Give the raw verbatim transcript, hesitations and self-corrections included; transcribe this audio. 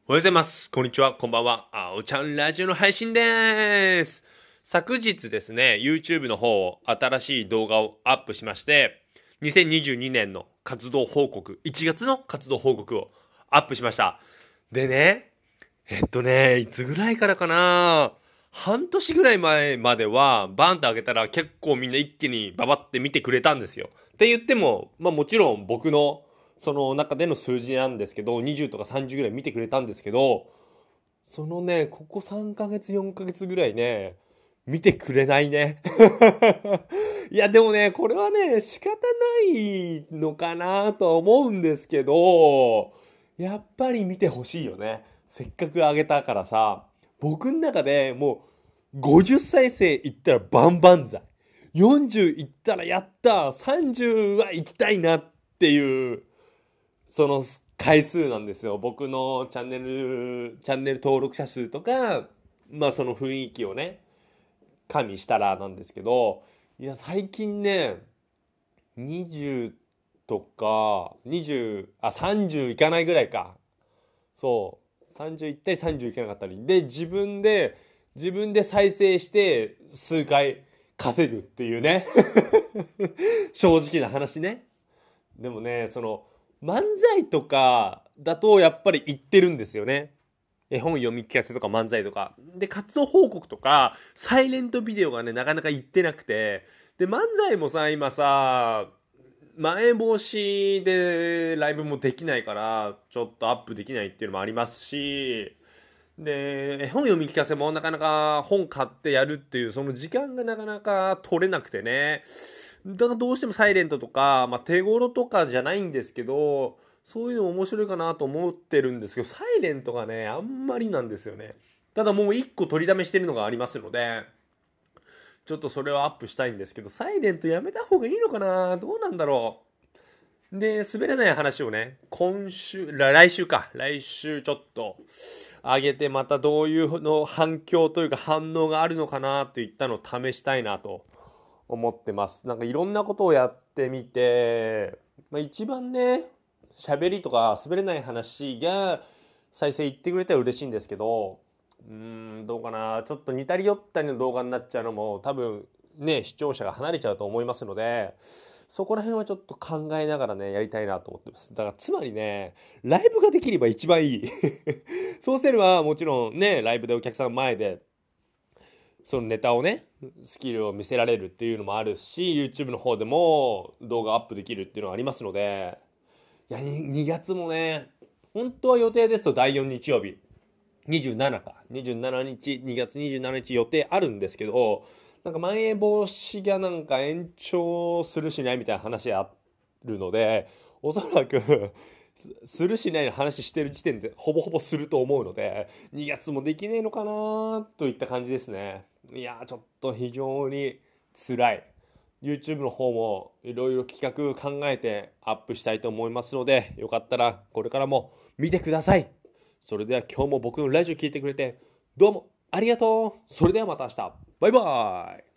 おはようございます。こんにちは。こんばんは。あおちゃんラジオの配信です。昨日ですね、YouTube の方を新しい動画をアップしまして、にせんにじゅうにねんの活動報告、いちがつの活動報告をアップしました。でね、えっとね、いつぐらいからかな半年ぐらい前までは、バンって上げたら結構みんな一気にババって見てくれたんですよ。って言っても、まあもちろん僕のその中での数字なんですけど、にじゅうとかさんじゅうぐらい見てくれたんですけど、そのね、ここさんかげつ、よんかげつぐらいね、見てくれないね。いや、でもね、これはね、仕方ないのかなとは思うんですけど、やっぱり見てほしいよね。せっかくあげたからさ、僕の中でもうごじゅっさいせいいったらバンバンザイ。よんじゅういったらやった。さんじゅうは行きたいなっていうその回数なんですよ。僕のチャンネル、チャンネル登録者数とか、まあその雰囲気をね、加味したらなんですけど、いや、最近ね、にじゅうとか、にじゅう、あ、さんじゅういかないぐらいか。そう。さんじゅういったりさんじゅういかなかったり。で、自分で、自分で再生して数回稼ぐっていうね。正直な話ね。でもね、その、漫才とかだとやっぱり言ってるんですよね。絵本読み聞かせとか漫才とか。で、活動報告とか、サイレントビデオがね、なかなか言ってなくて。で、漫才もさ、今さ、まん延防止でライブもできないから、ちょっとアップできないっていうのもありますし、で、絵本読み聞かせもなかなか本買ってやるっていう、その時間がなかなか取れなくてね。だからどうしてもサイレントとか、まあ、手頃とかじゃないんですけど、そういうの面白いかなと思ってるんですけど、サイレントがね、あんまりなんですよね。ただもう一個取りだめしてるのがありますので、ちょっとそれをアップしたいんですけど、サイレントやめた方がいいのかなどうなんだろう。で、滑らない話をね、今週、来週か、来週ちょっと上げてまたどういうの反響というか反応があるのかなといったのを試したいなと思ってます。なんかいろんなことをやってみて、まあ、一番ね、喋りとか滑れない話が再生いってくれたら嬉しいんですけど、うーん、どうかな。ちょっと似たり寄ったりの動画になっちゃうのも多分ね、視聴者が離れちゃうと思いますので、そこら辺はちょっと考えながらね、やりたいなと思ってます。だからつまりね、ライブができれば一番いい。そうすればもちろんね、ライブでお客さん前でそのネタをね、スキルを見せられるっていうのもあるし、YouTube の方でも動画アップできるっていうのがありますので、いや、にがつもね、本当は予定ですとだいよん日曜日、にじゅうしちか、にじゅうしちにち、にがつにじゅうしちにち予定あるんですけど、なんかまん延防止がなんか延長するしないみたいな話あるので、おそらくするしないの話してる時点でほぼほぼすると思うので、にがつもできねえのかなといった感じですね。いやー、ちょっと非常に辛い。YouTube の方もいろいろ企画考えてアップしたいと思いますので、よかったらこれからも見てください。それでは今日も僕のラジオ聞いてくれてどうもありがとう。それではまた明日。バイバーイ。